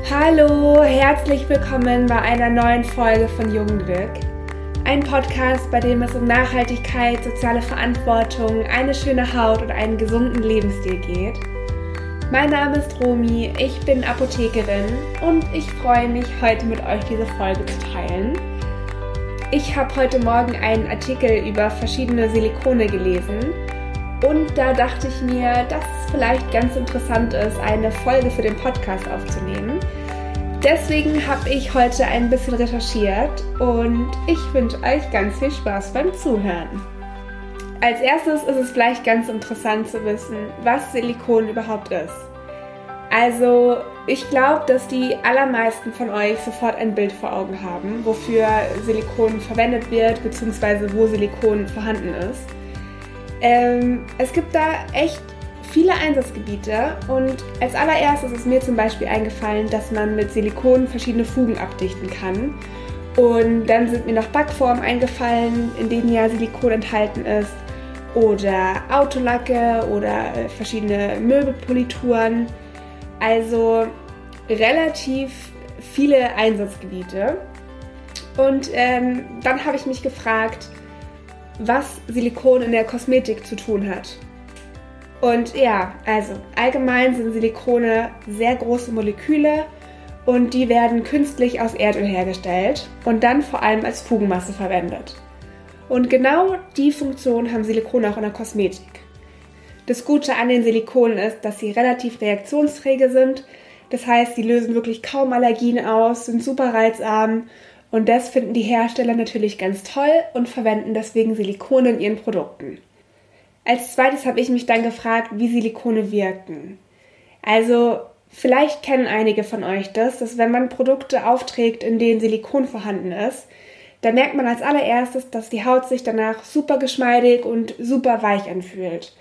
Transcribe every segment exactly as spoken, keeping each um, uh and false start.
Hallo, herzlich willkommen bei einer neuen Folge von Jungglück. Ein Podcast, bei dem es um Nachhaltigkeit, soziale Verantwortung, eine schöne Haut und einen gesunden Lebensstil geht. Mein Name ist Romy, ich bin Apothekerin und ich freue mich, heute mit euch diese Folge zu teilen. Ich habe heute Morgen einen Artikel über verschiedene Silikone gelesen und da dachte ich mir, dass es vielleicht ganz interessant ist, eine Folge für den Podcast aufzunehmen. Deswegen habe ich heute ein bisschen recherchiert und ich wünsche euch ganz viel Spaß beim Zuhören. Als erstes ist es vielleicht ganz interessant zu wissen, was Silikon überhaupt ist. Also ich glaube, dass die allermeisten von euch sofort ein Bild vor Augen haben, wofür Silikon verwendet wird bzw. wo Silikon vorhanden ist. Ähm, es gibt da echt viele Einsatzgebiete und als allererstes ist mir zum Beispiel eingefallen, dass man mit Silikon verschiedene Fugen abdichten kann. Und dann sind mir noch Backformen eingefallen, in denen ja Silikon enthalten ist, oder Autolacke oder verschiedene Möbelpolituren. Also relativ viele Einsatzgebiete. Und ähm, dann habe ich mich gefragt, was Silikon in der Kosmetik zu tun hat. Und ja, also allgemein sind Silikone sehr große Moleküle und die werden künstlich aus Erdöl hergestellt und dann vor allem als Fugenmasse verwendet. Und genau die Funktion haben Silikone auch in der Kosmetik. Das Gute an den Silikonen ist, dass sie relativ reaktionsträge sind. Das heißt, sie lösen wirklich kaum Allergien aus, sind super reizarm und das finden die Hersteller natürlich ganz toll und verwenden deswegen Silikone in ihren Produkten. Als zweites habe ich mich dann gefragt, wie Silikone wirken. Also vielleicht kennen einige von euch das, dass wenn man Produkte aufträgt, in denen Silikon vorhanden ist, da merkt man als allererstes, dass die Haut sich danach super geschmeidig und super weich anfühlt.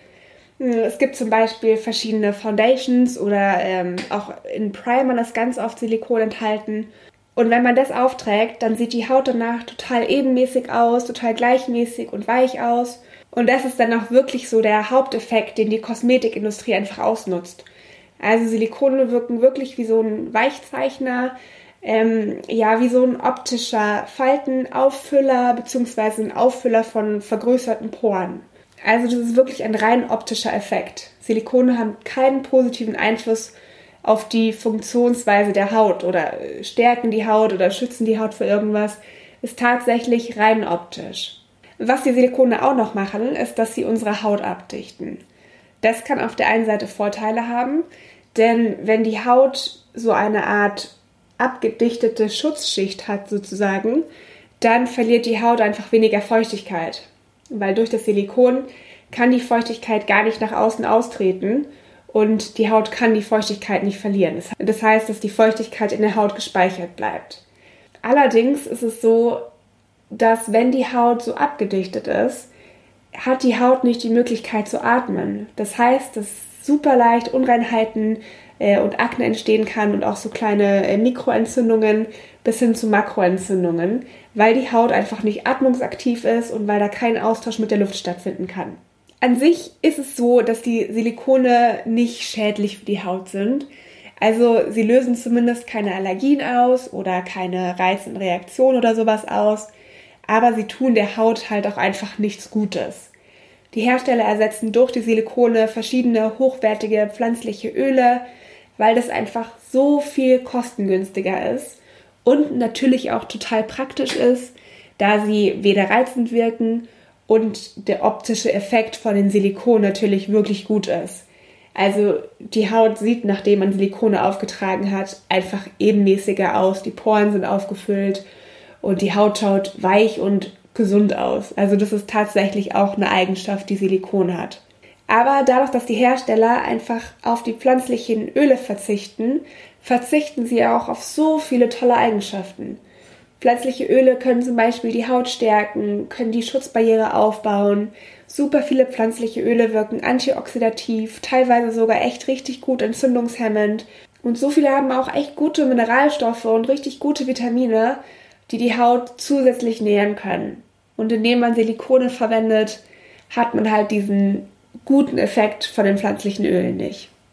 Es gibt zum Beispiel verschiedene Foundations oder ähm, auch in Primern ist ganz oft Silikon enthalten. Und wenn man das aufträgt, dann sieht die Haut danach total ebenmäßig aus, total gleichmäßig und weich aus. Und das ist dann auch wirklich so der Haupteffekt, den die Kosmetikindustrie einfach ausnutzt. Also Silikone wirken wirklich wie so ein Weichzeichner, ähm, ja, wie so ein optischer Faltenauffüller bzw. ein Auffüller von vergrößerten Poren. Also das ist wirklich ein rein optischer Effekt. Silikone haben keinen positiven Einfluss auf die Funktionsweise der Haut oder stärken die Haut oder schützen die Haut vor irgendwas. Ist tatsächlich rein optisch. Was die Silikone auch noch machen, ist, dass sie unsere Haut abdichten. Das kann auf der einen Seite Vorteile haben, denn wenn die Haut so eine Art abgedichtete Schutzschicht hat sozusagen, dann verliert die Haut einfach weniger Feuchtigkeit. Weil durch das Silikon kann die Feuchtigkeit gar nicht nach außen austreten und die Haut kann die Feuchtigkeit nicht verlieren. Das heißt, dass die Feuchtigkeit in der Haut gespeichert bleibt. Allerdings ist es so, dass wenn die Haut so abgedichtet ist, hat die Haut nicht die Möglichkeit zu atmen. Das heißt, dass super leicht Unreinheiten äh, und Akne entstehen kann und auch so kleine äh, Mikroentzündungen bis hin zu Makroentzündungen, weil die Haut einfach nicht atmungsaktiv ist und weil da kein Austausch mit der Luft stattfinden kann. An sich ist es so, dass die Silikone nicht schädlich für die Haut sind. Also sie lösen zumindest keine Allergien aus oder keine reizenden Reaktionen oder sowas aus. Aber sie tun der Haut halt auch einfach nichts Gutes. Die Hersteller ersetzen durch die Silikone verschiedene hochwertige pflanzliche Öle, weil das einfach so viel kostengünstiger ist und natürlich auch total praktisch ist, da sie weder reizend wirken und der optische Effekt von den Silikonen natürlich wirklich gut ist. Also die Haut sieht, nachdem man Silikone aufgetragen hat, einfach ebenmäßiger aus, die Poren sind aufgefüllt und die Haut schaut weich und gesund aus. Also das ist tatsächlich auch eine Eigenschaft, die Silikon hat. Aber dadurch, dass die Hersteller einfach auf die pflanzlichen Öle verzichten, verzichten sie auch auf so viele tolle Eigenschaften. Pflanzliche Öle können zum Beispiel die Haut stärken, können die Schutzbarriere aufbauen. Super viele pflanzliche Öle wirken antioxidativ, teilweise sogar echt richtig gut entzündungshemmend. Und so viele haben auch echt gute Mineralstoffe und richtig gute Vitamine, die die Haut zusätzlich nähren können. Und indem man Silikone verwendet, hat man halt diesen guten Effekt von den pflanzlichen Ölen nicht.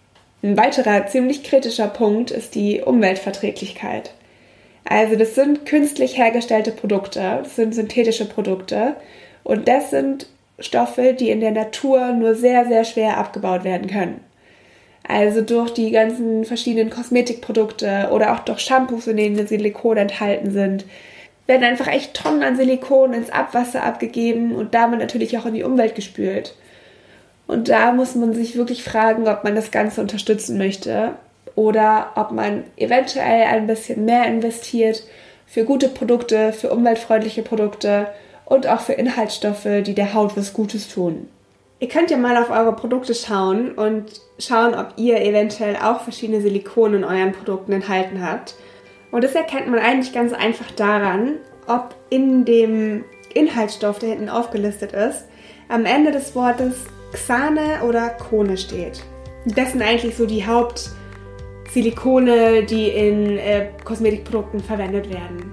Ein weiterer ziemlich kritischer Punkt ist die Umweltverträglichkeit. Also das sind künstlich hergestellte Produkte, das sind synthetische Produkte und das sind Stoffe, die in der Natur nur sehr, sehr schwer abgebaut werden können. Also durch die ganzen verschiedenen Kosmetikprodukte oder auch durch Shampoos, in denen Silikon enthalten sind, werden einfach echt Tonnen an Silikon ins Abwasser abgegeben und damit natürlich auch in die Umwelt gespült. Und da muss man sich wirklich fragen, ob man das Ganze unterstützen möchte oder ob man eventuell ein bisschen mehr investiert für gute Produkte, für umweltfreundliche Produkte und auch für Inhaltsstoffe, die der Haut was Gutes tun. Ihr könnt ja mal auf eure Produkte schauen und schauen, ob ihr eventuell auch verschiedene Silikone in euren Produkten enthalten habt. Und das erkennt man eigentlich ganz einfach daran, ob in dem Inhaltsstoff, der hinten aufgelistet ist, am Ende des Wortes Xane oder Kone steht. Das sind eigentlich so die Hauptsilikone, die in äh, Kosmetikprodukten verwendet werden.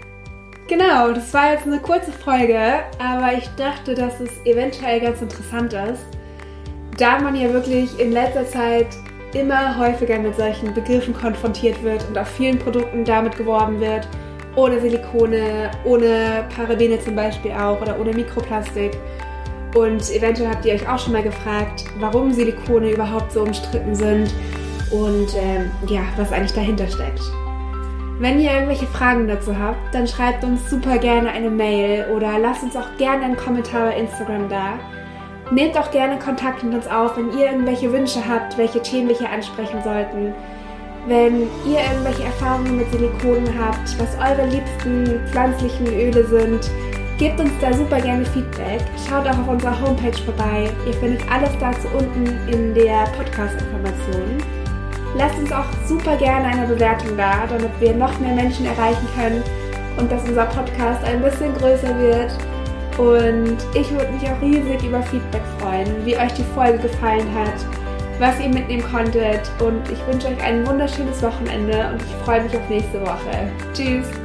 Genau, das war jetzt eine kurze Folge, aber ich dachte, dass es eventuell ganz interessant ist, da man ja wirklich in letzter Zeit immer häufiger mit solchen Begriffen konfrontiert wird und auf vielen Produkten damit geworben wird, ohne Silikone, ohne Parabene zum Beispiel auch oder ohne Mikroplastik. Und eventuell habt ihr euch auch schon mal gefragt, warum Silikone überhaupt so umstritten sind und ähm, ja, was eigentlich dahinter steckt. Wenn ihr irgendwelche Fragen dazu habt, dann schreibt uns super gerne eine Mail oder lasst uns auch gerne einen Kommentar bei Instagram da. Nehmt auch gerne Kontakt mit uns auf, wenn ihr irgendwelche Wünsche habt, welche Themen wir hier ansprechen sollten. Wenn ihr irgendwelche Erfahrungen mit Silikonen habt, was eure liebsten pflanzlichen Öle sind, gebt uns da super gerne Feedback. Schaut auch auf unserer Homepage vorbei. Ihr findet alles dazu unten in der Podcast-Information. Lasst uns auch super gerne eine Bewertung da, damit wir noch mehr Menschen erreichen können und dass unser Podcast ein bisschen größer wird. Und ich würde mich auch riesig über Feedback freuen, wie euch die Folge gefallen hat, was ihr mitnehmen konntet. Und ich wünsche euch ein wunderschönes Wochenende und ich freue mich auf nächste Woche. Tschüss!